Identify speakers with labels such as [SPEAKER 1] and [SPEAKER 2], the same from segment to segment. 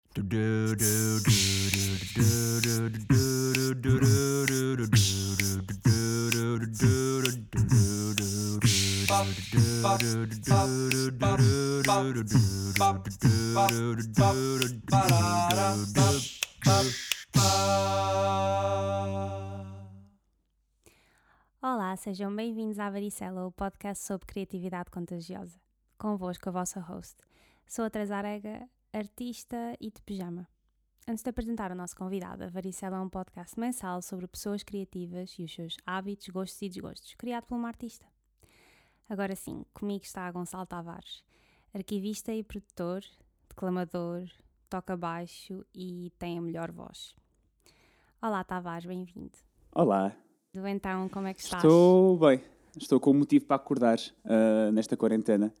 [SPEAKER 1] Olá, sejam bem-vindos à Varicela, o podcast sobre criatividade contagiosa. Convosco, a vossa host. Sou a Teresa Arega, artista e de pijama. Antes de apresentar o nosso convidado, a Varicela é um podcast mensal sobre pessoas criativas e os seus hábitos, gostos e desgostos, criado por uma artista. Agora sim, comigo está Gonçalo Tavares, arquivista e produtor, declamador, toca baixo e tem a melhor voz. Olá Tavares, bem-vindo.
[SPEAKER 2] Olá.
[SPEAKER 1] Então, como é que estás?
[SPEAKER 2] Estou bem. Estou com motivo para acordar nesta quarentena.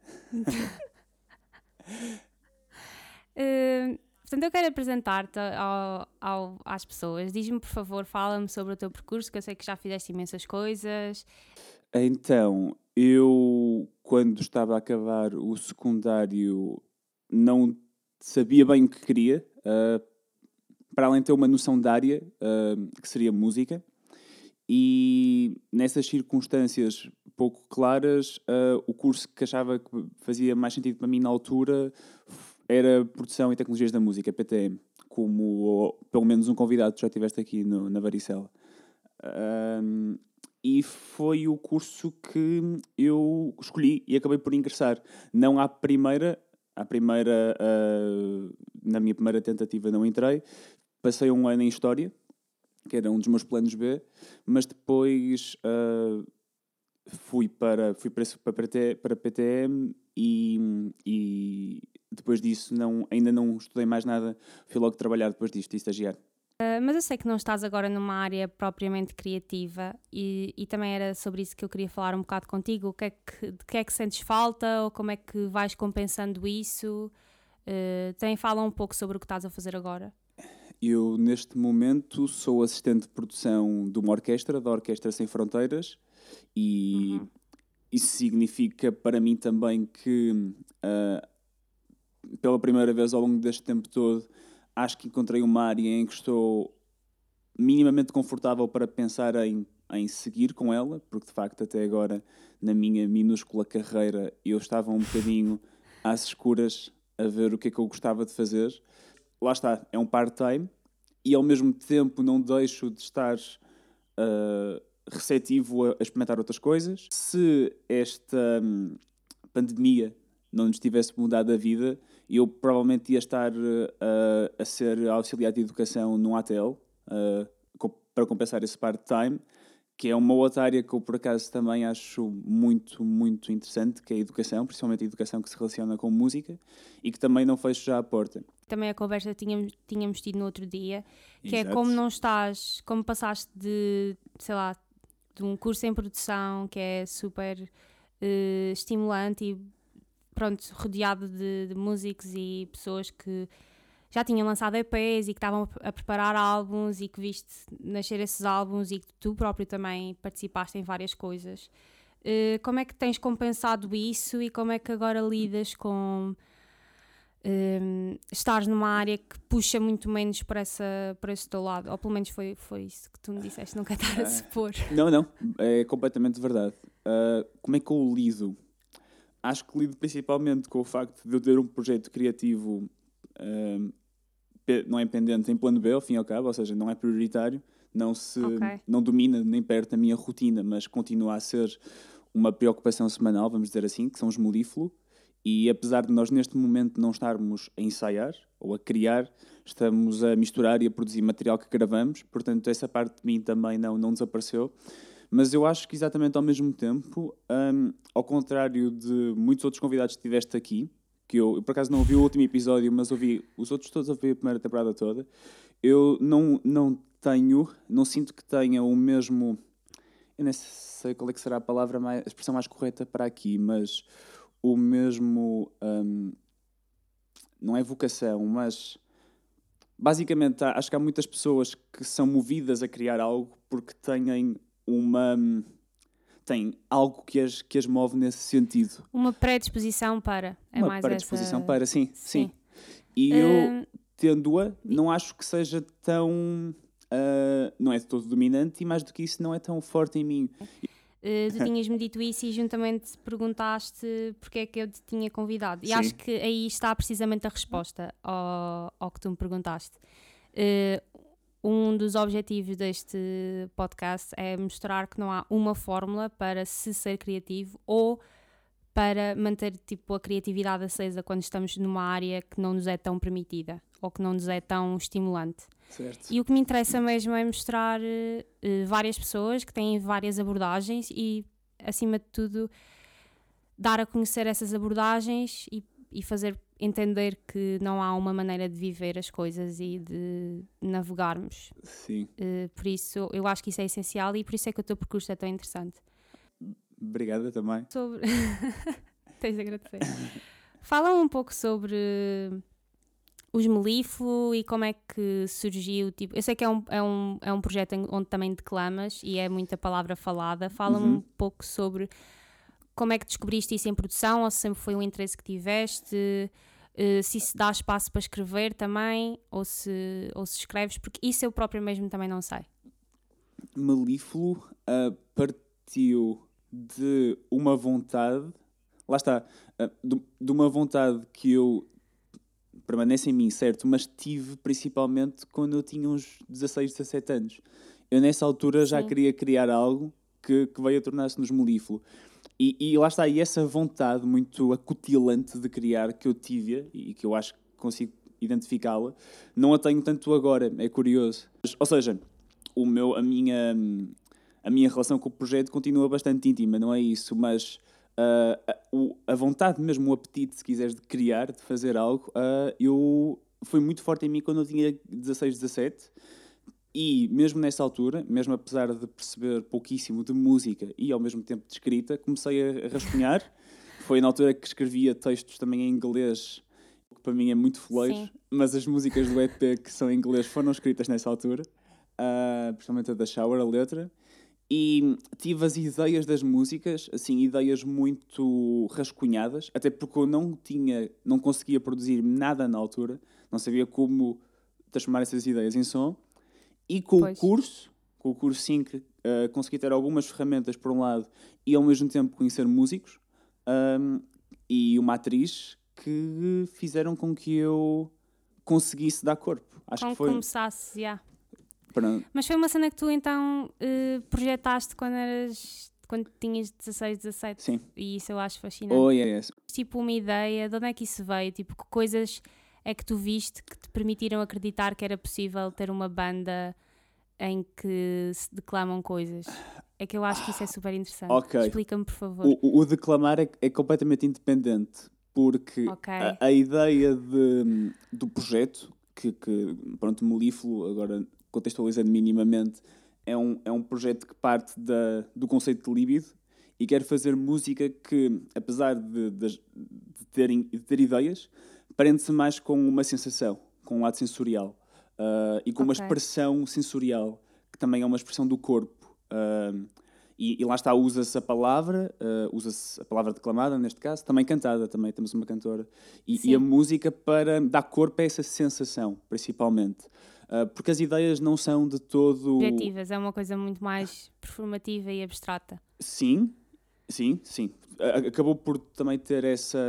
[SPEAKER 1] Portanto, eu quero apresentar-te às pessoas. Diz-me, por favor, fala-me sobre o teu percurso, que eu sei que já fizeste imensas coisas.
[SPEAKER 2] Então, eu, quando estava a acabar o secundário, não sabia bem o que queria, para além de ter uma noção da área, que seria música. E nessas circunstâncias pouco claras, o curso que achava que fazia mais sentido para mim na altura era Produção e Tecnologias da Música, PTM, como pelo menos um convidado que já tiveste aqui na Varicela. E foi o curso que eu escolhi e acabei por ingressar. Não na minha primeira tentativa não entrei, passei um ano em História, que era um dos meus planos B, mas depois fui para PTM e depois disso ainda não estudei mais nada, fui logo trabalhar depois disto e estagiar.
[SPEAKER 1] Mas eu sei que não estás agora numa área propriamente criativa e também era sobre isso que eu queria falar um bocado contigo. De que é que sentes falta ou como é que vais compensando isso? Também fala um pouco sobre o que estás a fazer agora.
[SPEAKER 2] Eu, neste momento, sou assistente de produção de uma orquestra, da Orquestra Sem Fronteiras, e isso significa para mim também que, pela primeira vez ao longo deste tempo todo, acho que encontrei uma área em que estou minimamente confortável para pensar em seguir com ela, porque de facto até agora, na minha minúscula carreira, eu estava um bocadinho às escuras a ver o que é que eu gostava de fazer. Lá está, é um part-time e ao mesmo tempo não deixo de estar receptivo a experimentar outras coisas. Se esta pandemia não nos tivesse mudado a vida, eu provavelmente ia estar a ser auxiliar de educação num ATL para compensar esse part-time, que é uma outra área que eu por acaso também acho muito, muito interessante, que é a educação, principalmente a educação que se relaciona com música, e que também não fecho já a porta.
[SPEAKER 1] Também a conversa que tínhamos tido no outro dia, que
[SPEAKER 2] Exato.
[SPEAKER 1] É como passaste de um curso em produção que é super estimulante e pronto, rodeado de músicos e pessoas que já tinham lançado EPs e que estavam a preparar álbuns e que viste nascer esses álbuns e que tu próprio também participaste em várias coisas. Como é que tens compensado isso e como é que agora lidas com estares numa área que puxa muito menos para esse teu lado? Ou pelo menos foi isso que tu me disseste, não quero estar a supor.
[SPEAKER 2] Não, é completamente verdade. Como é que eu lido? Acho que lido principalmente com o facto de eu ter um projeto criativo não é pendente em plano B, ao fim e ao cabo, ou seja, não é prioritário, não domina nem perto a minha rotina, mas continua a ser uma preocupação semanal, vamos dizer assim, que são os Molífluo, e apesar de nós neste momento não estarmos a ensaiar ou a criar, estamos a misturar e a produzir material que gravamos, portanto essa parte de mim também não desapareceu. Mas eu acho que exatamente ao mesmo tempo, ao contrário de muitos outros convidados que tiveste aqui, que eu por acaso não ouvi o último episódio, mas ouvi os outros todos, ouvi a primeira temporada toda, eu não sinto que tenha o mesmo, eu nem sei qual é que será a expressão mais correta para aqui, mas o mesmo, não é vocação, mas basicamente acho que há muitas pessoas que são movidas a criar algo porque têm algo que as move nesse sentido.
[SPEAKER 1] Uma predisposição para.
[SPEAKER 2] Uma
[SPEAKER 1] mais
[SPEAKER 2] predisposição
[SPEAKER 1] essa...
[SPEAKER 2] para, sim. E eu tendo-a, não acho que seja tão... não é de todo dominante e mais do que isso não é tão forte em mim.
[SPEAKER 1] Tu tinhas-me dito isso e juntamente perguntaste porque é que eu te tinha convidado. E
[SPEAKER 2] Sim.
[SPEAKER 1] acho que aí está precisamente a resposta ao que tu me perguntaste. Um dos objetivos deste podcast é mostrar que não há uma fórmula para se ser criativo ou para manter tipo, a criatividade acesa quando estamos numa área que não nos é tão permitida ou que não nos é tão estimulante.
[SPEAKER 2] Certo.
[SPEAKER 1] E o que me interessa mesmo é mostrar várias pessoas que têm várias abordagens e, acima de tudo, dar a conhecer essas abordagens e fazer entender que não há uma maneira de viver as coisas e de navegarmos.
[SPEAKER 2] Sim.
[SPEAKER 1] Por isso, eu acho que isso é essencial e por isso é que o teu percurso é tão interessante.
[SPEAKER 2] Obrigada também.
[SPEAKER 1] Tens de agradecer. Fala um pouco sobre os Melifluo e como é que surgiu. Tipo, eu sei que é um projeto onde também declamas e é muita palavra falada. Fala-me um pouco sobre como é que descobriste isso em produção, ou se sempre foi um interesse que tiveste, se isso dá espaço para escrever também, ou se escreves, porque isso eu próprio mesmo também não sei.
[SPEAKER 2] Melifluo partiu de uma vontade, lá está, de uma vontade que eu permanece em mim, certo, mas tive principalmente quando eu tinha uns 16, 17 anos. Eu nessa altura já queria criar algo que veio a tornar-se nos Melifluo. E lá está, e essa vontade muito acutilante de criar que eu tive e que eu acho que consigo identificá-la, não a tenho tanto agora, é curioso. Ou seja, a minha relação com o projeto continua bastante íntima, não é isso, mas a vontade mesmo, o apetite, se quiseres, de criar, de fazer algo, foi muito forte em mim quando eu tinha 16, 17. E mesmo nessa altura, mesmo apesar de perceber pouquíssimo de música e ao mesmo tempo de escrita, comecei a rascunhar. Foi na altura que escrevia textos também em inglês, o que para mim é muito fleiro, mas as músicas do EP que são em inglês foram escritas nessa altura, principalmente a da Shower, a letra. E tive as ideias das músicas, assim, ideias muito rascunhadas, até porque eu não conseguia produzir nada na altura, não sabia como transformar essas ideias em som. E com o curso Sync, consegui ter algumas ferramentas por um lado e ao mesmo tempo conhecer músicos e uma atriz que fizeram com que eu conseguisse dar corpo.
[SPEAKER 1] Acho que foi... começasse, já. Yeah.
[SPEAKER 2] Pronto.
[SPEAKER 1] Mas foi uma cena que tu então projetaste quando tinhas 16, 17.
[SPEAKER 2] Sim.
[SPEAKER 1] E isso eu acho fascinante.
[SPEAKER 2] Oh, yes.
[SPEAKER 1] Tipo, uma ideia, de onde é que isso veio? Tipo, que coisas é que tu viste que te permitiram acreditar que era possível ter uma banda em que se declamam coisas? É que eu acho que isso é super interessante.
[SPEAKER 2] Okay.
[SPEAKER 1] Explica-me, por favor.
[SPEAKER 2] O declamar é completamente independente, porque a ideia do projeto, que pronto, Melifluo, agora contextualizando minimamente, é um projeto que parte do conceito de líbido e quer fazer música que, apesar de ter ideias, prende-se mais com uma sensação, com um lado sensorial e com uma expressão sensorial, que também é uma expressão do corpo. E lá está, usa-se a palavra declamada, neste caso, também cantada, também temos uma cantora, e a música para dar corpo a essa sensação, principalmente. Porque as ideias não são de todo...
[SPEAKER 1] objetivas, é uma coisa muito mais performativa e abstrata.
[SPEAKER 2] Sim. Acabou por também ter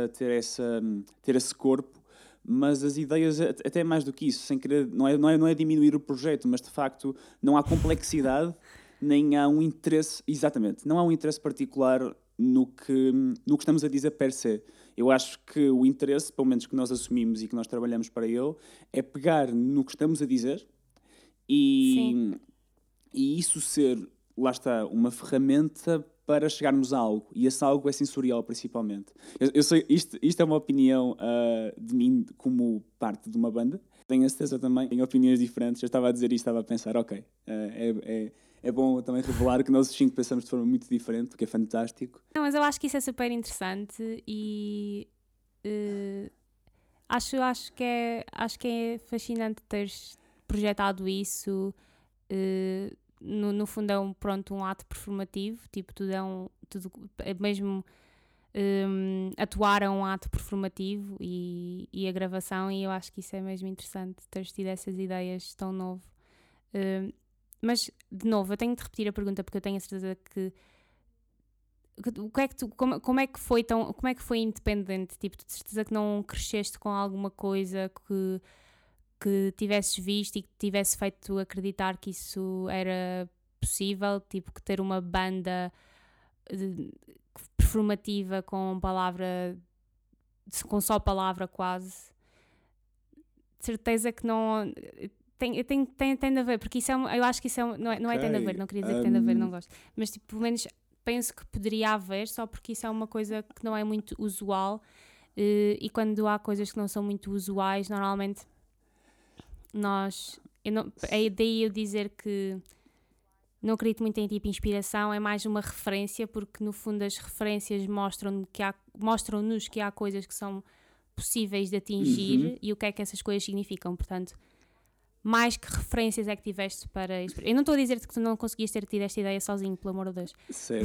[SPEAKER 2] esse corpo, mas as ideias, até mais do que isso, sem querer, não é diminuir o projeto, mas de facto não há complexidade, nem há um interesse, exatamente, não há um interesse particular no que estamos a dizer per se. Eu acho que o interesse, pelo menos que nós assumimos e que nós trabalhamos para ele, é pegar no que estamos a dizer e isso ser, lá está, uma ferramenta para chegarmos a algo. E esse algo é sensorial, principalmente. Eu sei, isto é uma opinião de mim como parte de uma banda. Tenho a certeza também, em opiniões diferentes. Eu estava a dizer isto, estava a pensar, ok, é bom também revelar que nós os 5 pensamos de forma muito diferente, o que é fantástico.
[SPEAKER 1] Não, mas eu acho que isso é super interessante e acho que é fascinante teres projetado isso. No fundo é um ato performativo, tipo, tudo é mesmo atuaram um ato performativo e a gravação, e eu acho que isso é mesmo interessante, teres tido essas ideias tão novo. Mas, de novo, eu tenho de repetir a pergunta porque eu tenho a certeza que como é que foi independente? Tipo, de certeza que não cresceste com alguma coisa que tivesses visto e que tivesse feito acreditar que isso era possível, tipo, que ter uma banda performativa com só palavra quase, de certeza que não tem de haver, porque isso eu acho que isso não é tem de haver, não queria dizer que tem de haver, não gosto, mas tipo, pelo menos penso que poderia haver, só porque isso é uma coisa que não é muito usual, e quando há coisas que não são muito usuais, normalmente é daí eu dizer que não acredito muito em tipo inspiração, é mais uma referência, porque no fundo as referências mostram-nos que há coisas que são possíveis de atingir e o que é que essas coisas significam. Portanto, mais que referências é que tiveste para isso? Eu não estou a dizer-te que tu não conseguiste ter tido esta ideia sozinho, pelo amor de Deus.
[SPEAKER 2] Certo.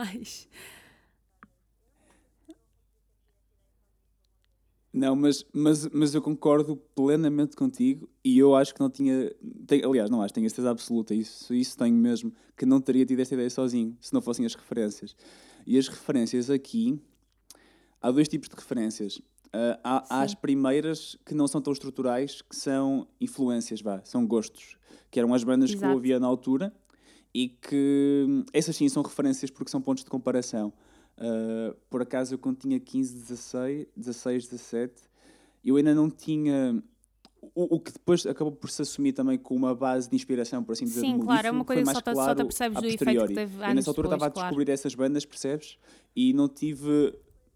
[SPEAKER 2] Não, mas eu concordo plenamente contigo e eu acho que não tinha... aliás, não acho, tenho a certeza absoluta, isso tenho mesmo, que não teria tido esta ideia sozinho, se não fossem as referências. E as referências aqui... Há dois tipos de referências. Há as primeiras que não são tão estruturais, que são influências, são gostos, que eram as bandas que eu ouvia na altura e que essas sim são referências porque são pontos de comparação. Por acaso eu quando tinha 15, 16, 17, eu ainda não tinha... O que depois acabou por se assumir também com uma base de inspiração, por assim dizer,
[SPEAKER 1] sim,
[SPEAKER 2] do
[SPEAKER 1] claro, é uma coisa
[SPEAKER 2] que
[SPEAKER 1] só te percebes do efeito que teve anos
[SPEAKER 2] nessa altura
[SPEAKER 1] depois,
[SPEAKER 2] estava a descobrir essas bandas, percebes? E não tive...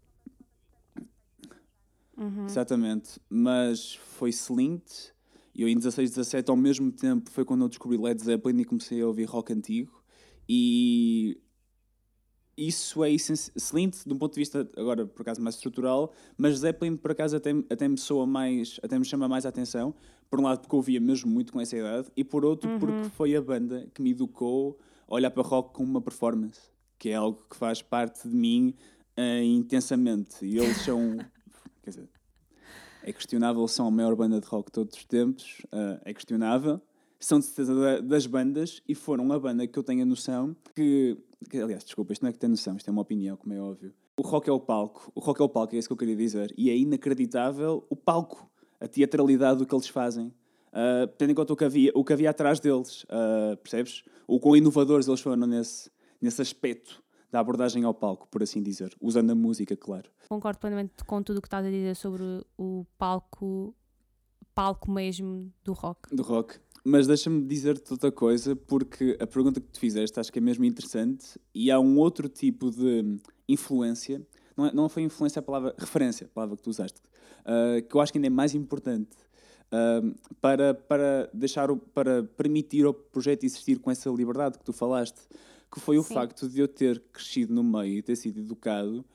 [SPEAKER 2] Exatamente, mas foi Slint, e eu em 16, 17 ao mesmo tempo foi quando eu descobri Led Zeppelin e comecei a ouvir rock antigo, e isso é essencial. Slint, de um ponto de vista, agora por acaso mais estrutural, mas Zeppelin por acaso até me soa mais, até me chama mais a atenção, por um lado porque eu ouvia mesmo muito com essa idade, e por outro porque foi a banda que me educou a olhar para rock como uma performance, que é algo que faz parte de mim intensamente, e eles são... Quer dizer, é questionável, são a maior banda de rock de todos os tempos, é questionável. São de certeza das bandas e foram a banda que eu tenho a noção que... Aliás, desculpa, isto não é que tenho noção, isto é uma opinião, como é óbvio. O rock é o palco, é isso que eu queria dizer. E é inacreditável o palco, a teatralidade do que eles fazem. Tendo em conta o que havia atrás deles, percebes? O quão inovadores eles foram nesse aspecto da abordagem ao palco, por assim dizer, usando a música, claro.
[SPEAKER 1] Concordo plenamente com tudo o que estás a dizer sobre o palco mesmo do rock.
[SPEAKER 2] Do rock. Mas deixa-me dizer-te outra coisa, porque a pergunta que tu fizeste acho que é mesmo interessante e há um outro tipo de influência, não foi influência a palavra, referência, a palavra que tu usaste, que eu acho que ainda é mais importante para permitir ao projeto existir com essa liberdade que tu falaste, que foi o facto de eu ter crescido no meio e ter sido educado.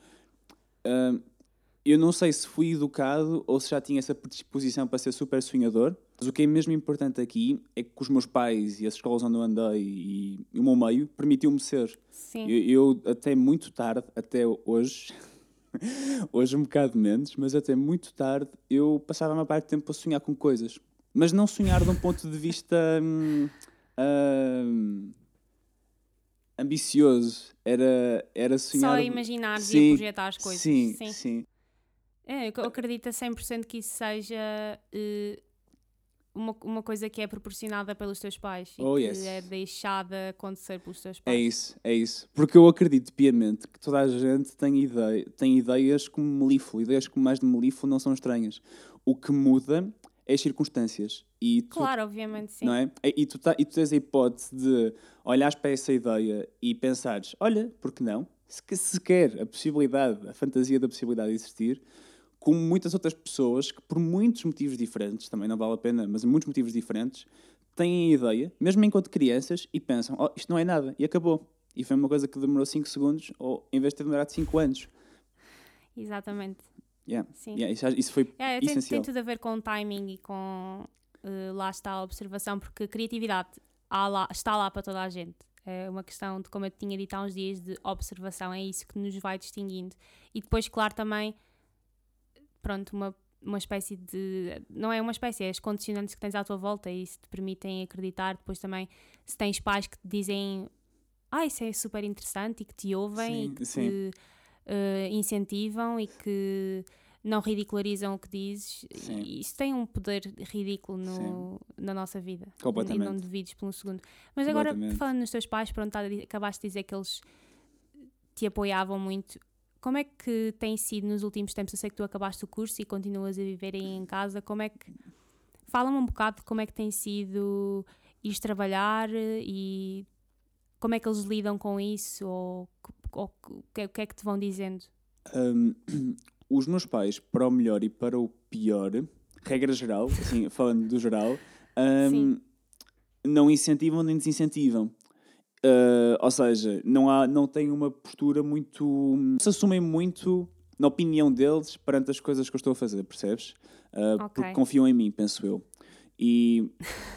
[SPEAKER 2] Eu não sei se fui educado ou se já tinha essa predisposição para ser super sonhador, mas o que é mesmo importante aqui é que os meus pais e as escolas onde eu andei e o meu meio permitiu-me ser.
[SPEAKER 1] Sim.
[SPEAKER 2] Eu até muito tarde, até hoje, hoje um bocado menos, mas até muito tarde eu passava a maior parte do tempo a sonhar com coisas. Mas não sonhar de um ponto de vista ambicioso, era sonhar...
[SPEAKER 1] Só imaginar e a projetar as coisas.
[SPEAKER 2] Sim.
[SPEAKER 1] Eu acredito a 100% que isso seja uma coisa que é proporcionada pelos teus pais e que é deixada acontecer pelos teus pais.
[SPEAKER 2] É isso. Porque eu acredito piamente que toda a gente tem ideias como melífluo. Ideias como mais de melífluo não são estranhas. O que muda é as circunstâncias.
[SPEAKER 1] Claro, obviamente, sim.
[SPEAKER 2] Não é? E tu tens a hipótese de olhares para essa ideia e pensares, olha, por que não? Se quer a possibilidade, a fantasia da possibilidade de existir, como muitas outras pessoas que por muitos motivos diferentes, também não vale a pena, mas muitos motivos diferentes, têm a ideia, mesmo enquanto crianças, e pensam, isto não é nada, e acabou. E foi uma coisa que demorou 5 segundos, ou em vez de ter demorado 5 anos.
[SPEAKER 1] Exatamente.
[SPEAKER 2] Sim. Isso foi essencial.
[SPEAKER 1] Tem tudo a ver com timing e com, lá está a observação, porque a criatividade está lá para toda a gente. É uma questão de, como eu tinha dito há uns dias, de observação. É isso que nos vai distinguindo. E depois, claro, também, pronto, uma espécie de... Não é uma espécie, é as condicionantes que tens à tua volta e isso te permitem acreditar. Depois também, se tens pais que te dizem isso é super interessante e que te ouvem e que te incentivam e que não ridicularizam o que dizes, isso tem um poder ridículo na nossa vida.
[SPEAKER 2] Completamente.
[SPEAKER 1] E não devides por um segundo. Mas agora, falando nos teus pais, pronto, acabaste de dizer que eles te apoiavam muito. Como é que tem sido nos últimos tempos? Eu sei que tu acabaste o curso e continuas a viver aí em casa. Como é que... Fala-me um bocado de como é que tem sido ires trabalhar e como é que eles lidam com isso, ou o que é que te vão dizendo?
[SPEAKER 2] Os meus pais, para o melhor e para o pior, regra geral, assim, falando do geral, não incentivam nem desincentivam. Ou seja, não têm uma postura muito... Não se assumem muito na opinião deles perante as coisas que eu estou a fazer, percebes? Porque confiam em mim, penso eu. E...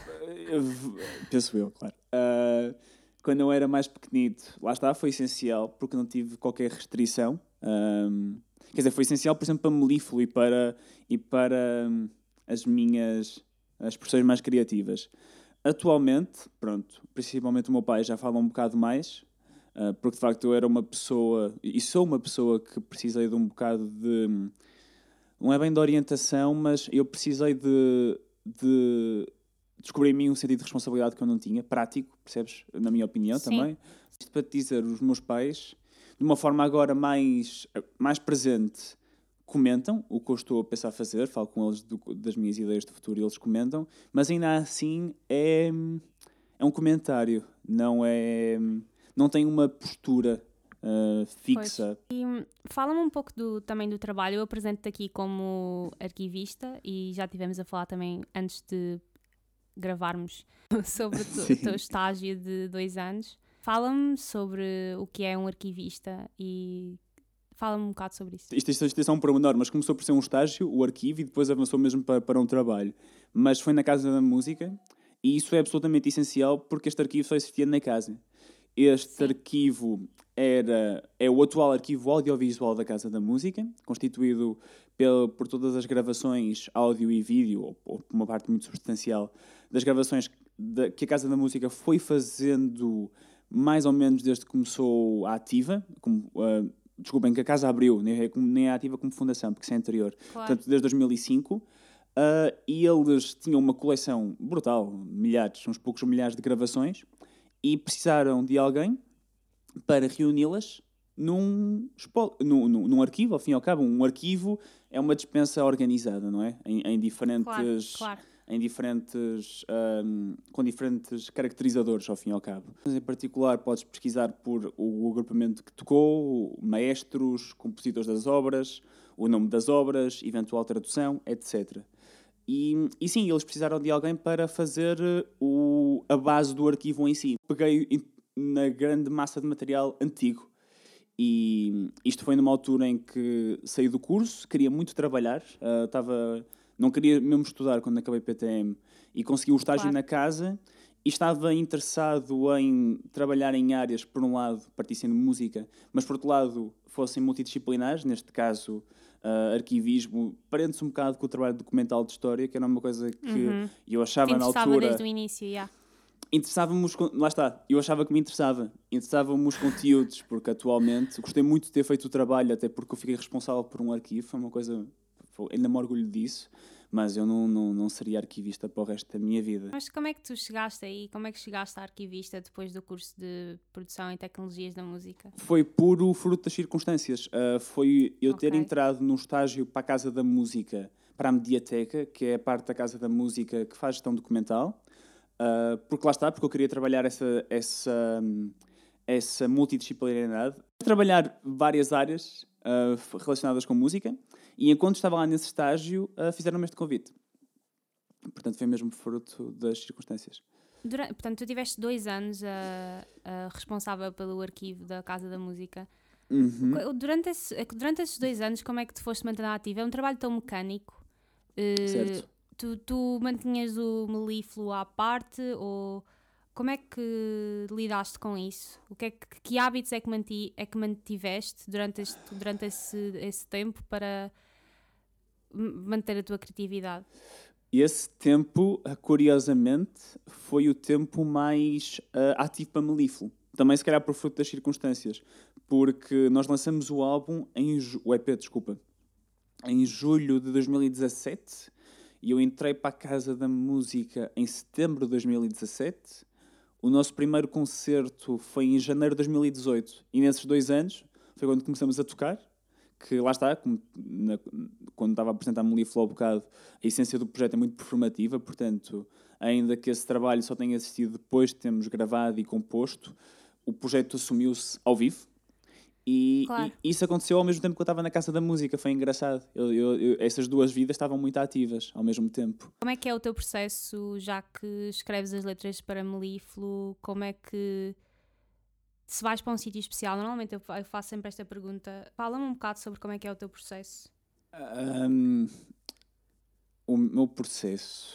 [SPEAKER 2] penso eu, claro. Quando eu era mais pequenito, lá está, foi essencial, porque não tive qualquer restrição. Quer dizer, foi essencial, por exemplo, para Melífluo e para as minhas expressões mais criativas. Atualmente, pronto, principalmente o meu pai já fala um bocado mais, porque de facto eu era uma pessoa, e sou uma pessoa que precisei de um bocado de... Não é bem de orientação, mas eu precisei de descobrir em mim um sentido de responsabilidade que eu não tinha, prático, percebes? Na minha opinião. Sim. Também. Isto para te dizer, os meus pais, de uma forma agora mais presente, comentam o que eu estou a pensar fazer, falo com eles das minhas ideias de futuro e eles comentam, mas ainda assim é um comentário, não tem uma postura fixa.
[SPEAKER 1] Pois. E fala-me um pouco também do trabalho. Eu apresento-te aqui como arquivista e já estivemos a falar também antes de gravarmos sobre o teu estágio de 2 anos. Fala-me sobre o que é um arquivista e fala-me um bocado sobre isso.
[SPEAKER 2] Isto é só um pormenor, mas começou por ser um estágio, o arquivo, e depois avançou mesmo para um trabalho. Mas foi na Casa da Música e isso é absolutamente essencial porque este arquivo só existia na casa. Este arquivo é o atual arquivo audiovisual da Casa da Música, constituído por todas as gravações áudio e vídeo, ou uma parte muito substancial das gravações que a Casa da Música foi fazendo mais ou menos desde que começou a ativa. Desculpem, que a casa abriu, nem é ativa como fundação, porque isso é anterior. Claro. Portanto, desde 2005. E eles tinham uma coleção brutal, uns poucos milhares de gravações, e precisaram de alguém para reuni-las num arquivo, ao fim e ao cabo. Um arquivo é uma despensa organizada, não é? Em diferentes... Claro. Com diferentes caracterizadores, ao fim e ao cabo. Em particular, podes pesquisar por o agrupamento que tocou, maestros, compositores das obras, o nome das obras, eventual tradução, etc. E sim, eles precisaram de alguém para fazer a base do arquivo em si. Peguei na grande massa de material antigo. E isto foi numa altura em que saí do curso, queria muito trabalhar, não queria mesmo estudar quando acabei PTM, e consegui o estágio na casa, e estava interessado em trabalhar em áreas, por um lado, partissem de música, mas por outro lado, fossem multidisciplinares, neste caso, arquivismo. Prende-se um bocado com o trabalho documental de história, que era uma coisa que eu achava na altura...
[SPEAKER 1] desde o início,
[SPEAKER 2] Interessava-me lá está, eu achava que me interessavam-me os conteúdos, porque atualmente gostei muito de ter feito o trabalho, até porque eu fiquei responsável por um arquivo, foi uma coisa, ainda me orgulho disso, mas eu não seria arquivista para o resto da minha vida.
[SPEAKER 1] Mas como é que tu chegaste aí? Como é que chegaste a arquivista depois do curso de produção em tecnologias da música?
[SPEAKER 2] Foi puro fruto das circunstâncias. Foi eu ter entrado num estágio para a Casa da Música, para a Mediateca, que é a parte da Casa da Música que faz gestão documental. Porque lá está, porque eu queria trabalhar essa multidisciplinaridade. Trabalhar várias áreas relacionadas com música, e enquanto estava lá nesse estágio, fizeram-me este convite. Portanto, foi mesmo fruto das circunstâncias.
[SPEAKER 1] Portanto, tu tiveste 2 anos responsável pelo arquivo da Casa da Música. Durante esses 2 anos, como é que te foste mantendo ativo? É um trabalho tão mecânico.
[SPEAKER 2] Certo.
[SPEAKER 1] Tu mantinhas o Melífluo à parte ou Como é que lidaste com isso? Que hábitos é que mantiveste durante esse tempo para manter a tua criatividade?
[SPEAKER 2] Esse tempo, curiosamente, foi o tempo mais ativo para Melífluo. Também, se calhar, por fruto das circunstâncias. Porque nós lançamos o álbum, o EP, desculpa, em julho de 2017 e eu entrei para a Casa da Música em setembro de 2017. O nosso primeiro concerto foi em janeiro de 2018 e nesses 2 anos foi quando começamos a tocar, que lá está, quando estava a apresentar Melífluo ao bocado, a essência do projeto é muito performativa, portanto, ainda que esse trabalho só tenha existido depois de termos gravado e composto, o projeto assumiu-se ao vivo.
[SPEAKER 1] Claro.
[SPEAKER 2] E isso aconteceu ao mesmo tempo que eu estava na Casa da Música, foi engraçado. Essas duas vidas estavam muito ativas ao mesmo tempo.
[SPEAKER 1] Como é que é o teu processo, já que escreves as letras para Melífluo? Como é que, se vais para um sítio especial, normalmente eu faço sempre esta pergunta, fala-me um bocado sobre como é que é o teu processo.
[SPEAKER 2] O meu processo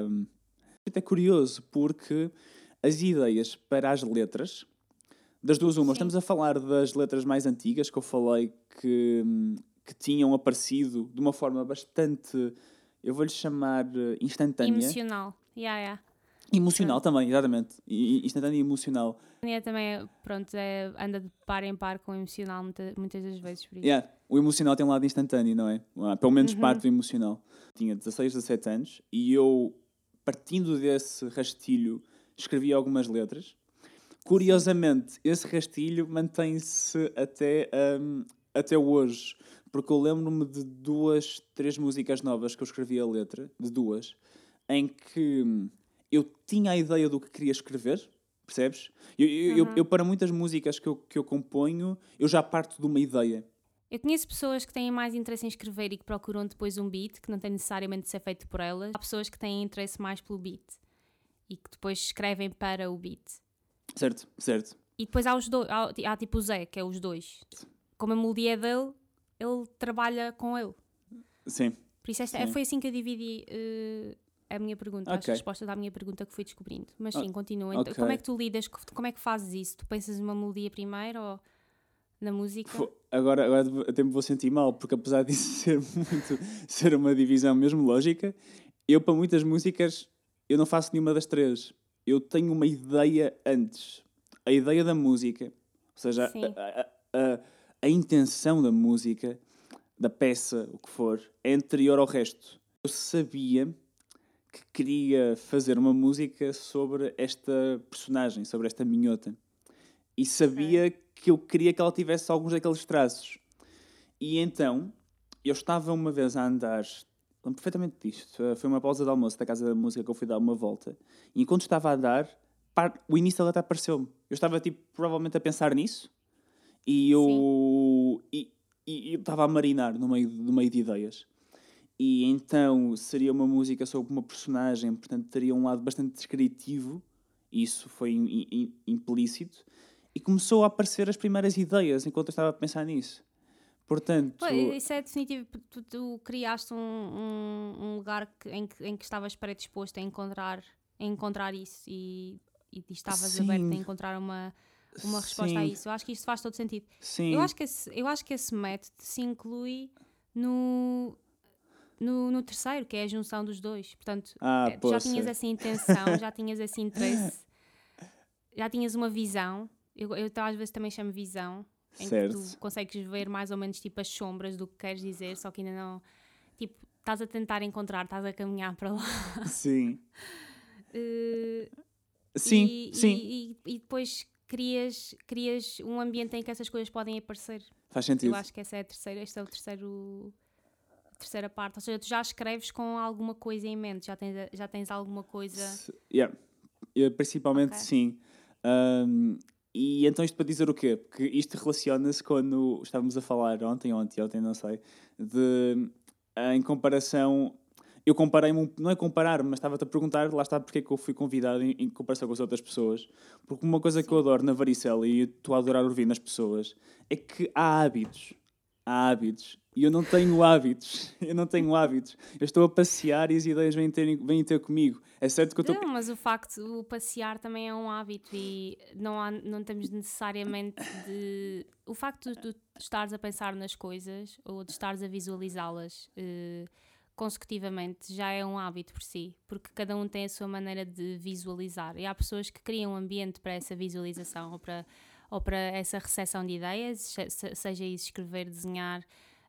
[SPEAKER 2] é curioso porque as ideias para as letras, das duas uma, estamos a falar das letras mais antigas que eu falei que tinham aparecido de uma forma bastante, eu vou-lhe chamar instantânea.
[SPEAKER 1] Emocional.
[SPEAKER 2] Emocional também, exatamente. Instantânea e emocional.
[SPEAKER 1] Também, pronto, anda de par em par com o emocional muitas das vezes. Por isso.
[SPEAKER 2] O emocional tem um lado instantâneo, não é? Pelo menos parte do emocional. Tinha 16, 17 anos e eu, partindo desse rastilho, escrevi algumas letras. Curiosamente, esse rastilho mantém-se até hoje, porque eu lembro-me de 2, 3 músicas novas que eu escrevi a letra, de 2, em que eu tinha a ideia do que queria escrever, percebes? Eu para muitas músicas que eu componho, eu já parto de uma ideia.
[SPEAKER 1] Eu conheço pessoas que têm mais interesse em escrever e que procuram depois um beat, que não tem necessariamente de ser feito por elas. Há pessoas que têm interesse mais pelo beat e que depois escrevem para o beat.
[SPEAKER 2] Certo.
[SPEAKER 1] E depois há os dois, há tipo o Zé, que é os dois. Como a melodia é dele, ele trabalha com ele.
[SPEAKER 2] Sim.
[SPEAKER 1] Por isso foi assim que eu dividi a minha pergunta, a resposta da minha pergunta que fui descobrindo. Mas sim, continua. Então, como é que tu lidas, como é que fazes isso? Tu pensas numa melodia primeiro ou na música?
[SPEAKER 2] Agora até me vou sentir mal, porque apesar disso ser uma divisão mesmo lógica, eu para muitas músicas eu não faço nenhuma das três. Eu tenho uma ideia antes. A ideia da música, ou seja, a intenção da música, da peça, o que for, é anterior ao resto. Eu sabia que queria fazer uma música sobre esta personagem, sobre esta minhota. E sabia que eu queria que ela tivesse alguns daqueles traços. E então, eu estava uma vez a andar, lembro perfeitamente disto, foi uma pausa de almoço da Casa da Música que eu fui dar uma volta, e enquanto estava a andar, o início da letra apareceu-me. Eu estava, provavelmente a pensar nisso, e eu estava a marinar no meio de ideias. E então, seria uma música sobre uma personagem, portanto, teria um lado bastante descritivo, isso foi implícito, e começou a aparecer as primeiras ideias enquanto eu estava a pensar nisso. Portanto,
[SPEAKER 1] isso é definitivo. Tu criaste um lugar em que estavas predisposto a encontrar isso e estavas aberto a encontrar uma resposta a isso. Eu acho que isso faz todo sentido.
[SPEAKER 2] Sim.
[SPEAKER 1] Eu acho que esse método se inclui no terceiro, que é a junção dos dois. Portanto, já tinhas essa intenção, já tinhas esse interesse, já tinhas uma visão. Eu às vezes também chamo visão, em que tu consegues ver mais ou menos tipo as sombras do que queres dizer, só que ainda não, tipo, estás a tentar encontrar, estás a caminhar para lá.
[SPEAKER 2] Sim.
[SPEAKER 1] Sim. E depois crias um ambiente em que essas coisas podem aparecer.
[SPEAKER 2] Faz sentido.
[SPEAKER 1] Eu acho que esta é a terceira parte, ou seja, tu já escreves com alguma coisa em mente, já tens alguma coisa...
[SPEAKER 2] Principalmente sim. E então isto para dizer o quê? Porque isto relaciona-se quando estávamos a falar ontem, não sei, em comparação... Eu comparei-me, não é comparar, mas estava-te a perguntar, lá está, porque é que eu fui convidado em comparação com as outras pessoas. Porque uma coisa que eu adoro na Varicela, e estou a adorar ouvir nas pessoas, é que há hábitos há hábitos. E eu não tenho hábitos. Eu estou a passear e as ideias vêm ter comigo. É certo que eu estou...
[SPEAKER 1] Não, mas o facto de passear também é um hábito e não temos necessariamente de... O facto de tu estares a pensar nas coisas ou de estares a visualizá-las consecutivamente já é um hábito por si, porque cada um tem a sua maneira de visualizar. E há pessoas que criam um ambiente para essa visualização ou para essa recepção de ideias, seja isso escrever, desenhar,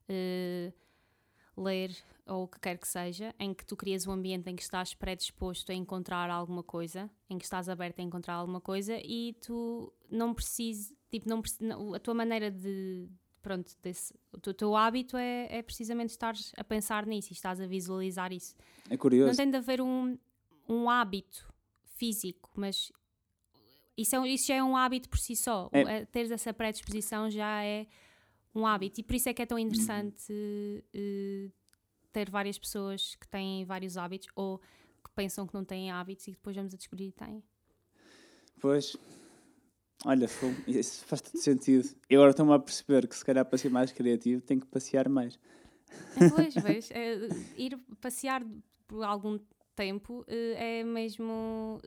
[SPEAKER 1] ler ou o que quer que seja, em que tu crias um ambiente em que estás predisposto a encontrar alguma coisa, em que estás aberto a encontrar alguma coisa e tu não precisas, a tua maneira de, pronto, o teu hábito é precisamente estar a pensar nisso e estás a visualizar isso.
[SPEAKER 2] É curioso.
[SPEAKER 1] Não tem de haver um hábito físico, mas isso já é um hábito por si só. Teres essa predisposição já é um hábito e por isso é que é tão interessante ter várias pessoas que têm vários hábitos ou que pensam que não têm hábitos e depois vamos a descobrir que têm.
[SPEAKER 2] Pois, olha, isso faz todo sentido. E agora estou-me a perceber que se calhar para ser mais criativo tenho que passear mais.
[SPEAKER 1] Pois, ir passear por algum tempo é mesmo...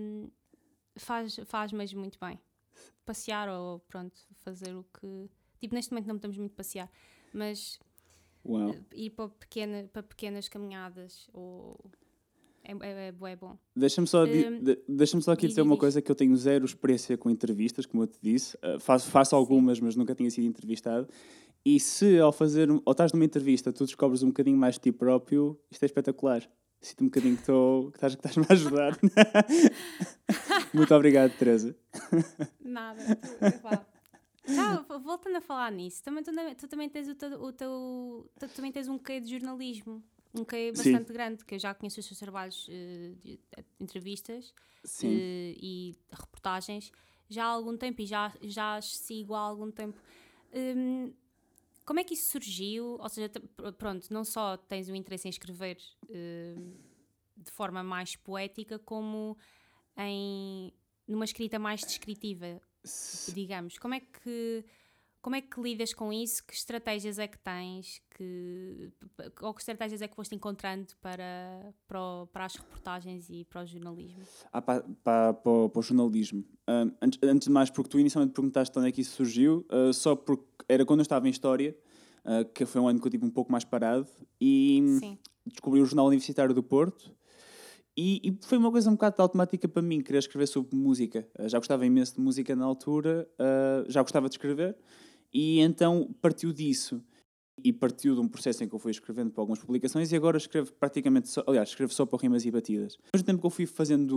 [SPEAKER 1] faz mesmo muito bem. Passear ou, pronto, fazer o que... Tipo, neste momento não estamos muito a passear, mas ir para pequenas caminhadas é bom.
[SPEAKER 2] Deixa-me só aqui dizer uma coisa, que eu tenho zero experiência com entrevistas, como eu te disse. Faço algumas, mas nunca tinha sido entrevistado. E se ao estás numa entrevista tu descobres um bocadinho mais de ti próprio, isto é espetacular. Sinto um bocadinho que estás-me a ajudar. Muito obrigado, Teresa.
[SPEAKER 1] Nada. Voltando a falar nisso, tu também tens tu também tens um quê de jornalismo, um quê bastante grande, que eu já conheço os teus trabalhos de entrevistas e reportagens já há algum tempo e já as sigo há algum tempo. Como é que isso surgiu? Ou seja, pronto, não só tens um interesse em escrever de forma mais poética, como numa escrita mais descritiva, digamos. Como é que lidas com isso? Que estratégias é que tens? Ou que estratégias é que foste encontrando para as reportagens e para o jornalismo?
[SPEAKER 2] Para o jornalismo. Antes de mais, porque tu inicialmente perguntaste onde é que isso surgiu, só porque era quando eu estava em História, que foi um ano que eu tive um pouco mais parado, e descobri o Jornal Universitário do Porto. E foi uma coisa um bocado automática para mim, querer escrever sobre música. Já gostava imenso de música na altura, já gostava de escrever, e então partiu disso. E partiu de um processo em que eu fui escrevendo para algumas publicações e agora escrevo praticamente só, escrevo só para rimas e batidas. Ao mesmo tempo que eu fui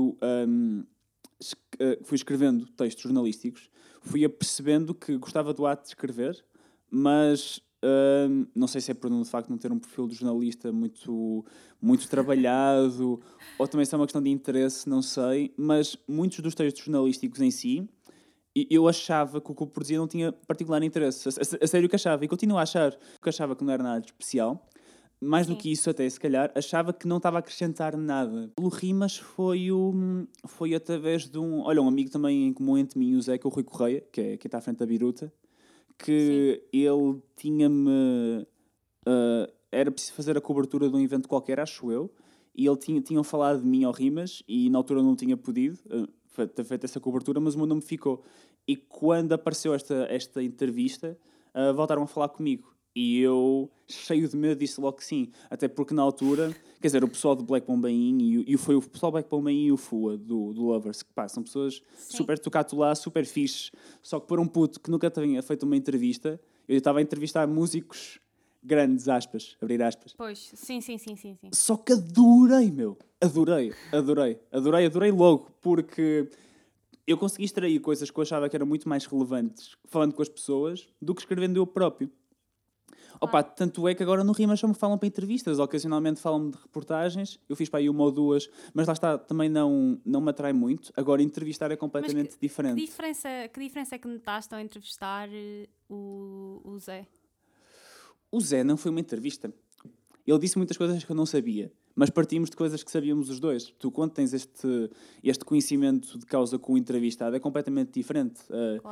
[SPEAKER 2] fui escrevendo textos jornalísticos, fui apercebendo que gostava do ato de escrever, mas... não sei se é por de facto não ter um perfil de jornalista muito, muito trabalhado ou também se é uma questão de interesse, não sei, mas muitos dos textos jornalísticos em si eu achava que o que eu produzia não tinha particular interesse, a sério que achava, e continuo a achar, que achava que não era nada de especial, mais do que isso até, se calhar, achava que não estava a acrescentar nada. O Rimas foi através de um amigo também em comum entre mim e o Zé, que é o Rui Correia, que está à frente da Biruta, que ele tinha-me... era preciso fazer a cobertura de um evento qualquer, acho eu, e ele tinham falado de mim ao Rimas, e na altura não tinha podido ter feito essa cobertura, mas o meu nome ficou. E quando apareceu esta entrevista, voltaram a falar comigo. E eu, cheio de medo, disse logo que sim. Até porque na altura, quer dizer, o pessoal do Black Bombaim e foi o pessoal do Black Bombaim e o FUA do Lovers, que são pessoas super tocato lá, super fixes. Só que por um puto que nunca tinha feito uma entrevista, eu estava a entrevistar músicos grandes, aspas, abrir aspas.
[SPEAKER 1] Pois, sim.
[SPEAKER 2] Só que adorei, meu. Adorei logo, porque eu consegui extrair coisas que eu achava que eram muito mais relevantes falando com as pessoas do que escrevendo eu próprio. Opa, tanto é que agora no Rimas só me falam para entrevistas, ocasionalmente falam-me de reportagens, eu fiz para aí uma ou duas, mas lá está, também não me atrai muito. Agora entrevistar é completamente diferente.
[SPEAKER 1] Que diferença é que notaste ao entrevistar o Zé?
[SPEAKER 2] O Zé não foi uma entrevista. Ele disse muitas coisas que eu não sabia, mas partimos de coisas que sabíamos os dois. Tu, quando tens este conhecimento de causa com o entrevistado, é completamente diferente.
[SPEAKER 1] Claro.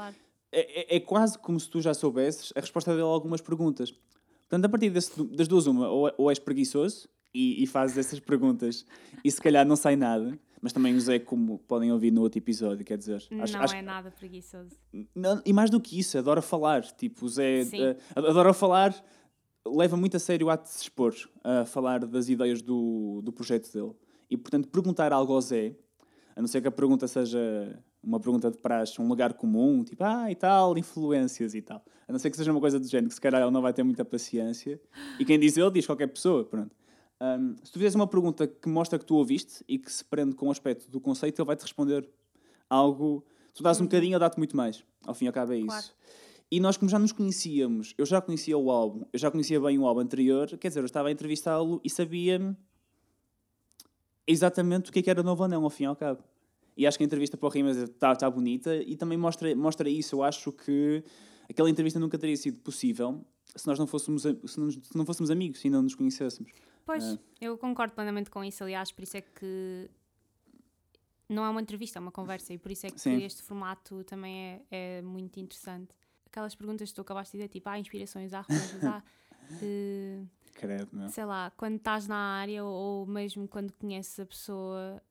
[SPEAKER 2] é quase como se tu já soubesses a resposta dele a algumas perguntas. Portanto, a partir das duas, uma, ou és preguiçoso e fazes essas perguntas e se calhar não sai nada, mas também o Zé, como podem ouvir no outro episódio, quer dizer...
[SPEAKER 1] Não é nada preguiçoso.
[SPEAKER 2] Não, e mais do que isso, adora falar. Tipo, o Zé
[SPEAKER 1] adora
[SPEAKER 2] falar, leva muito a sério o ato de se expor, a falar das ideias do projeto dele. E, portanto, perguntar algo ao Zé, a não ser que a pergunta seja uma pergunta de praxe, um lugar comum, tipo, e tal, influências e tal. A não ser que seja uma coisa do género, que se calhar ele não vai ter muita paciência. E quem diz ele, diz qualquer pessoa, pronto. Se tu fizeres uma pergunta que mostra que tu ouviste e que se prende com o aspecto do conceito, ele vai-te responder algo... Tu dás um bocadinho, ele dá-te muito mais. Ao fim e ao cabo é isso.
[SPEAKER 1] Claro.
[SPEAKER 2] E nós, como já nos conhecíamos, eu já conhecia o álbum, eu já conhecia bem o álbum anterior, quer dizer, eu estava a entrevistá-lo e sabia exatamente o que era Novo Anão, ao fim e ao cabo. E acho que a entrevista para o Rimas está bonita e também mostra isso. Eu acho que aquela entrevista nunca teria sido possível se nós não fôssemos, se não fôssemos amigos e não nos conhecêssemos.
[SPEAKER 1] Pois, eu concordo plenamente com isso. Aliás, por isso é que não é uma entrevista, é uma conversa. E por isso é que este formato também é muito interessante. Aquelas perguntas que tu acabaste de dizer, tipo, há inspirações, há referências, há...
[SPEAKER 2] Credo, meu.
[SPEAKER 1] Sei lá, quando estás na área ou mesmo quando conheces a pessoa...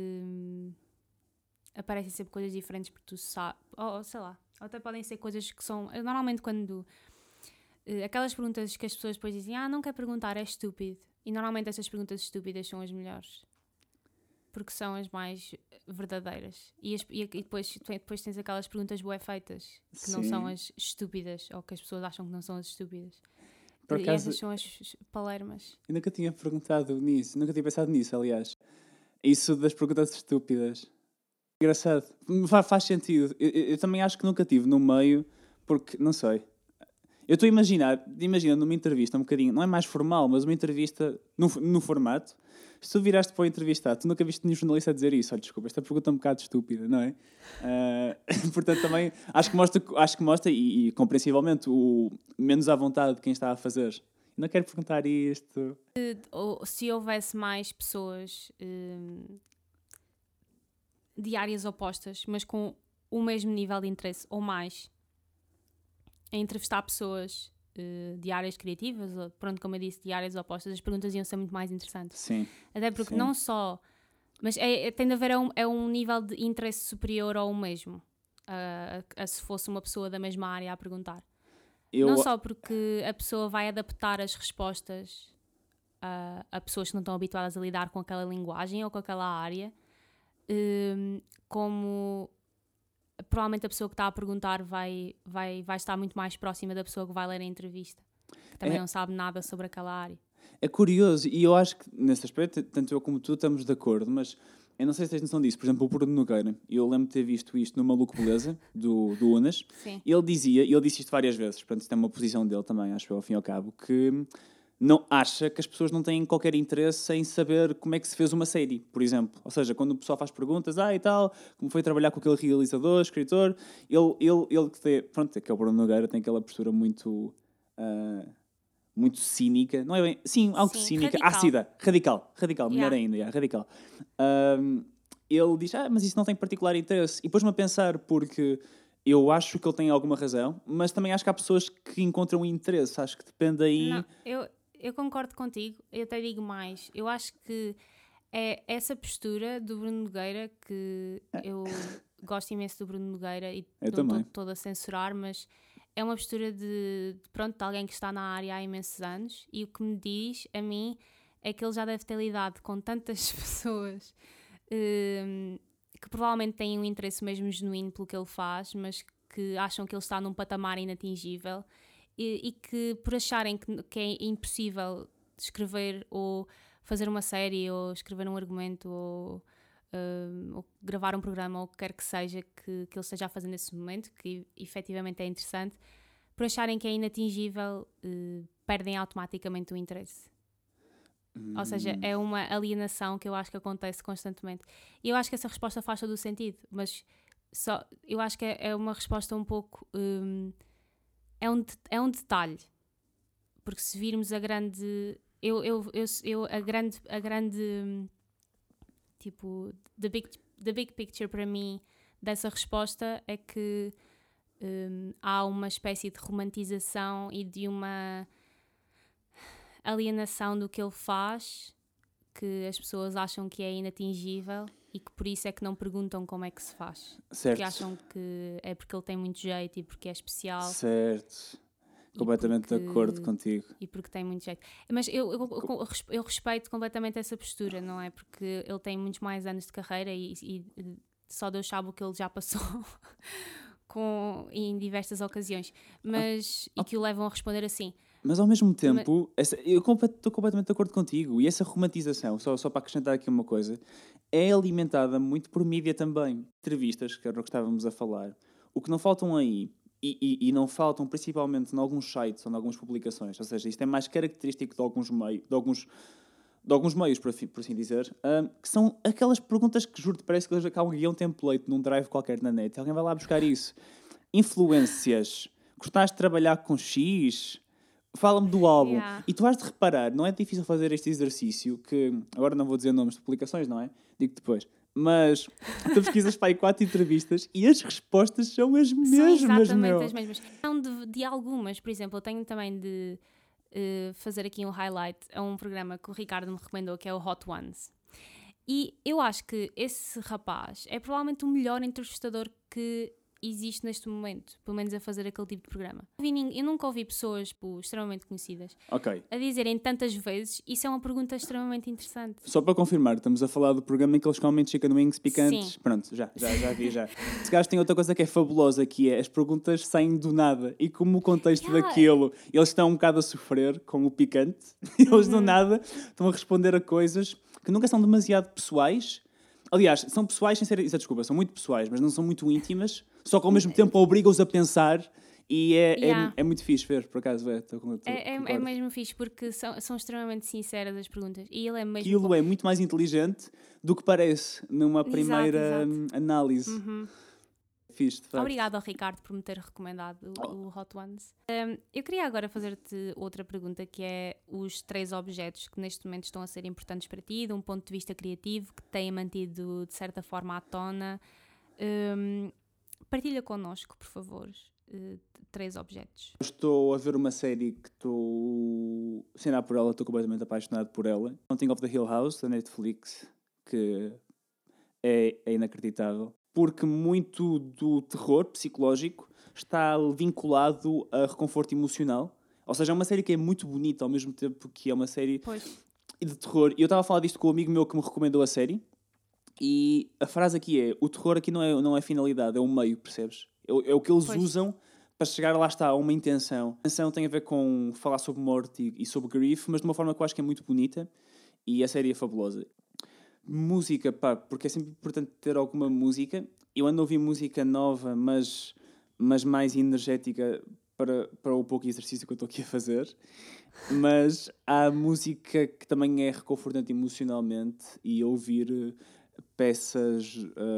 [SPEAKER 1] aparecem sempre coisas diferentes porque tu sabes, ou sei lá, ou até podem ser coisas que são, normalmente quando aquelas perguntas que as pessoas depois dizem, não quer perguntar, é estúpido, e normalmente essas perguntas estúpidas são as melhores porque são as mais verdadeiras e depois tens aquelas perguntas bué feitas que não são as estúpidas ou que as pessoas acham que não são as estúpidas. Por acaso, e essas são as palermas.
[SPEAKER 2] Eu nunca tinha pensado nisso, aliás, isso das perguntas estúpidas. Engraçado. Faz sentido. Eu também acho que nunca tive no meio, porque, não sei. Eu estou a imagina numa entrevista um bocadinho, não é mais formal, mas uma entrevista no formato. Se tu viraste para o entrevistar, tu nunca viste nenhum jornalista a dizer isso. Olha, desculpa, esta pergunta é um bocado estúpida, não é? Portanto, também acho que mostra e compreensivelmente, o menos à vontade de quem está a fazer. Não quero perguntar isto.
[SPEAKER 1] Se houvesse mais pessoas... de áreas opostas, mas com o mesmo nível de interesse ou mais, a entrevistar pessoas de áreas criativas, ou, pronto, como eu disse, de áreas opostas, as perguntas iam ser muito mais interessantes.
[SPEAKER 2] Sim.
[SPEAKER 1] Até porque não só... Mas tem de haver um nível de interesse superior ao mesmo, a se fosse uma pessoa da mesma área a perguntar. Não só porque a pessoa vai adaptar as respostas a pessoas que não estão habituadas a lidar com aquela linguagem ou com aquela área, como provavelmente a pessoa que está a perguntar vai estar muito mais próxima da pessoa que vai ler a entrevista, que também não sabe nada sobre aquela área.
[SPEAKER 2] É curioso, e eu acho que nesse aspecto, tanto eu como tu estamos de acordo, mas eu não sei se tens noção disso. Por exemplo, o Bruno Nogueira, eu lembro de ter visto isto no Maluco Beleza, do Unas.
[SPEAKER 1] Sim.
[SPEAKER 2] Ele disse isto várias vezes, portanto isto é uma posição dele também, acho eu, ao fim e ao cabo, que não acha que as pessoas não têm qualquer interesse em saber como é que se fez uma série, por exemplo. Ou seja, quando o pessoal faz perguntas, e tal, como foi trabalhar com aquele realizador, escritor, ele que tem, pronto, é que é o Bruno Nogueira, tem aquela postura muito cínica, não é bem? Sim, algo cínica,
[SPEAKER 1] radical.
[SPEAKER 2] ácida, radical, melhor ainda, radical. Ele diz, mas isso não tem particular interesse. E pôs-me a pensar, porque eu acho que ele tem alguma razão, mas também acho que há pessoas que encontram interesse, acho que depende aí...
[SPEAKER 1] Não, eu concordo contigo, eu até digo mais, eu acho que é essa postura do Bruno Nogueira, que eu gosto imenso do Bruno Nogueira e não estou toda a censurar, mas é uma postura de alguém que está na área há imensos anos, e o que me diz a mim é que ele já deve ter lidado com tantas pessoas que provavelmente têm um interesse mesmo genuíno pelo que ele faz, mas que acham que ele está num patamar inatingível e que por acharem que é impossível escrever ou fazer uma série ou escrever um argumento ou gravar um programa ou o que quer que seja que ele esteja a fazer nesse momento, que efetivamente é interessante, por acharem que é inatingível, perdem automaticamente o interesse. Ou seja, é uma alienação que eu acho que acontece constantemente. E eu acho que essa resposta faz todo o sentido, mas eu acho que é uma resposta um pouco... É um detalhe. Porque se virmos a grande... a grande tipo, the big picture para mim dessa resposta é que há uma espécie de romantização e de uma alienação do que ele faz, que as pessoas acham que é inatingível e que por isso é que não perguntam como é que se faz.
[SPEAKER 2] Certo.
[SPEAKER 1] Porque acham que é porque ele tem muito jeito e porque é especial.
[SPEAKER 2] Certo. Completamente de acordo contigo.
[SPEAKER 1] E porque tem muito jeito. Mas eu respeito completamente essa postura, não é? Porque ele tem muitos mais anos de carreira e só Deus sabe o que ele já passou em diversas ocasiões. E que o levam a responder assim.
[SPEAKER 2] Mas ao mesmo tempo, eu estou completamente de acordo contigo. E essa romantização, só para acrescentar aqui uma coisa, é alimentada muito por mídia também. Entrevistas, que era o que estávamos a falar. O que não faltam aí, e não faltam principalmente em alguns sites ou em algumas publicações, ou seja, isto é mais característico de alguns meios, por assim dizer, que são aquelas perguntas que, juro-te, parece que há um guião template num drive qualquer na net. Alguém vai lá buscar isso. Influências. Gostaste de trabalhar com X? Fala-me do álbum.
[SPEAKER 1] Yeah.
[SPEAKER 2] E tu has de reparar, não é difícil fazer este exercício, que agora não vou dizer nomes de publicações, não é? Digo depois. Mas tu pesquisas para aí 4 entrevistas e as respostas são as mesmas,
[SPEAKER 1] são exatamente
[SPEAKER 2] meu.
[SPEAKER 1] as mesmas. Não de algumas, por exemplo, eu tenho também de fazer aqui um highlight a um programa que o Ricardo me recomendou, que é o Hot Ones. E eu acho que esse rapaz é provavelmente o melhor entrevistador que existe neste momento, pelo menos a fazer aquele tipo de programa. Eu nunca ouvi pessoas extremamente conhecidas a dizerem tantas vezes. Isso é uma pergunta extremamente interessante.
[SPEAKER 2] Só para confirmar, estamos a falar do programa em que eles comem chicken wings picantes.
[SPEAKER 1] Sim.
[SPEAKER 2] Pronto, já vi. Esse gajo tem outra coisa que é fabulosa, que é as perguntas saem do nada e como o contexto daquilo, eles estão um bocado a sofrer com o picante e eles do nada estão a responder a coisas que nunca são demasiado pessoais. Aliás, são pessoais sem ser... Desculpa, são muito pessoais, mas não são muito íntimas, só que ao mesmo tempo obrigam-os a pensar e é muito fixe ver, por acaso.
[SPEAKER 1] É mesmo fixe, porque são extremamente sinceras as perguntas. E ele é mesmo...
[SPEAKER 2] Aquilo é muito mais inteligente do que parece numa primeira análise. Fixe, de facto.
[SPEAKER 1] Obrigada ao Ricardo por me ter recomendado o Hot Ones. Eu queria agora fazer-te outra pergunta, que é os 3 objetos que neste momento estão a ser importantes para ti, de um ponto de vista criativo, que têm mantido de certa forma à tona. Partilha connosco, por favor, 3 objetos.
[SPEAKER 2] Estou a ver uma série que sem dar por ela, estou completamente apaixonado por ela. Haunting of the Hill House, da Netflix, que é inacreditável. Porque muito do terror psicológico está vinculado a reconforto emocional. Ou seja, é uma série que é muito bonita ao mesmo tempo que é uma série de terror. E eu estava a falar disto com um amigo meu que me recomendou a série. E a frase aqui é: o terror aqui não é finalidade, é um meio, percebes? É o que eles usam para chegar lá está a uma intenção. A intenção tem a ver com falar sobre morte e sobre grief, mas de uma forma que eu acho que é muito bonita. E a série é fabulosa. Música, porque é sempre importante ter alguma música. Eu ando a ouvir música nova, mas mais energética para o pouco exercício que eu estou aqui a fazer. Mas há música que também é reconfortante emocionalmente, e ouvir peças,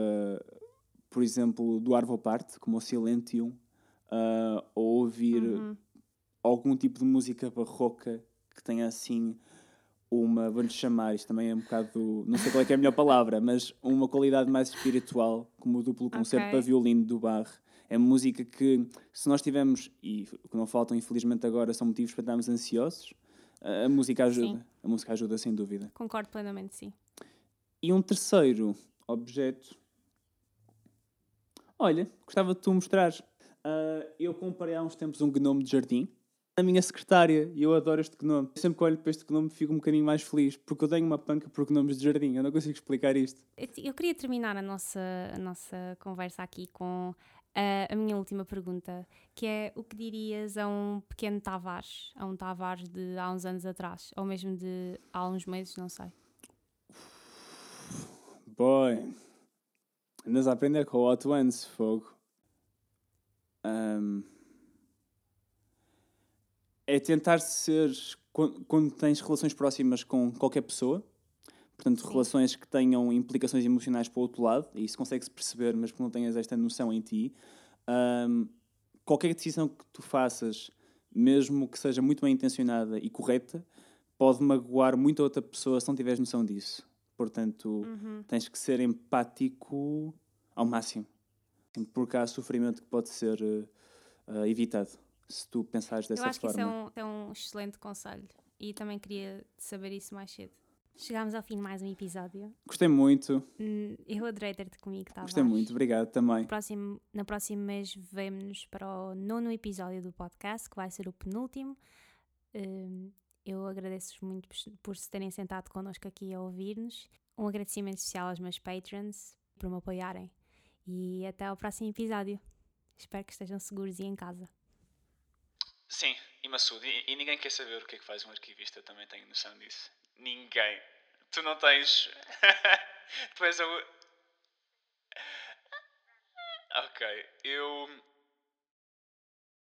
[SPEAKER 2] por exemplo, do Arvo Part, como o Silentium, ou ouvir algum tipo de música barroca que tenha assim vamos chamar, isto também é um bocado, não sei qual é que é a melhor palavra, mas uma qualidade mais espiritual, como o duplo concerto para violino do Bach. É música que, se nós tivermos, e que não faltam infelizmente agora, são motivos para estarmos ansiosos, a música ajuda. Sim. A música ajuda sem dúvida.
[SPEAKER 1] Concordo plenamente, sim.
[SPEAKER 2] E um terceiro objeto, olha, gostava de tu mostrares. Eu comprei há uns tempos um gnome de jardim. A minha secretária, e eu adoro este gnome. Sempre que olho para este gnome fico um bocadinho mais feliz, porque eu tenho uma panca por gnomes de jardim. Eu não consigo explicar isto.
[SPEAKER 1] Eu queria terminar a nossa conversa aqui com a minha última pergunta, que é: o que dirias a um pequeno Tavares? A um Tavares de há uns anos atrás, ou mesmo de há uns meses, não sei.
[SPEAKER 2] Boy, andas a aprender com o Hot Ones, fogo. É tentar ser, quando tens relações próximas com qualquer pessoa, portanto, relações que tenham implicações emocionais para o outro lado, e isso consegue-se perceber, mas que não tenhas esta noção em ti, qualquer decisão que tu faças, mesmo que seja muito bem intencionada e correta, pode magoar muito a outra pessoa se não tiveres noção disso. Portanto, tens que ser empático ao máximo. porque há sofrimento que pode ser evitado, se tu pensares dessa forma.
[SPEAKER 1] Eu acho que isso é um excelente conselho e também queria saber isso mais cedo. Chegámos ao fim de mais um episódio.
[SPEAKER 2] Gostei muito.
[SPEAKER 1] Eu adorei ter-te comigo, Tavares.
[SPEAKER 2] Gostei muito, obrigado também.
[SPEAKER 1] No próximo mês vemo-nos para o 9º episódio do podcast, que vai ser o penúltimo. Eu agradeço-vos muito por se terem sentado connosco aqui a ouvir-nos. Um agradecimento especial aos meus patrons por me apoiarem. E até ao próximo episódio. Espero que estejam seguros e em casa.
[SPEAKER 2] Sim, e Massoud, e ninguém quer saber o que é que faz um arquivista, eu também tenho noção disso. Ninguém. Tu não tens... Tu és o... Ok, eu...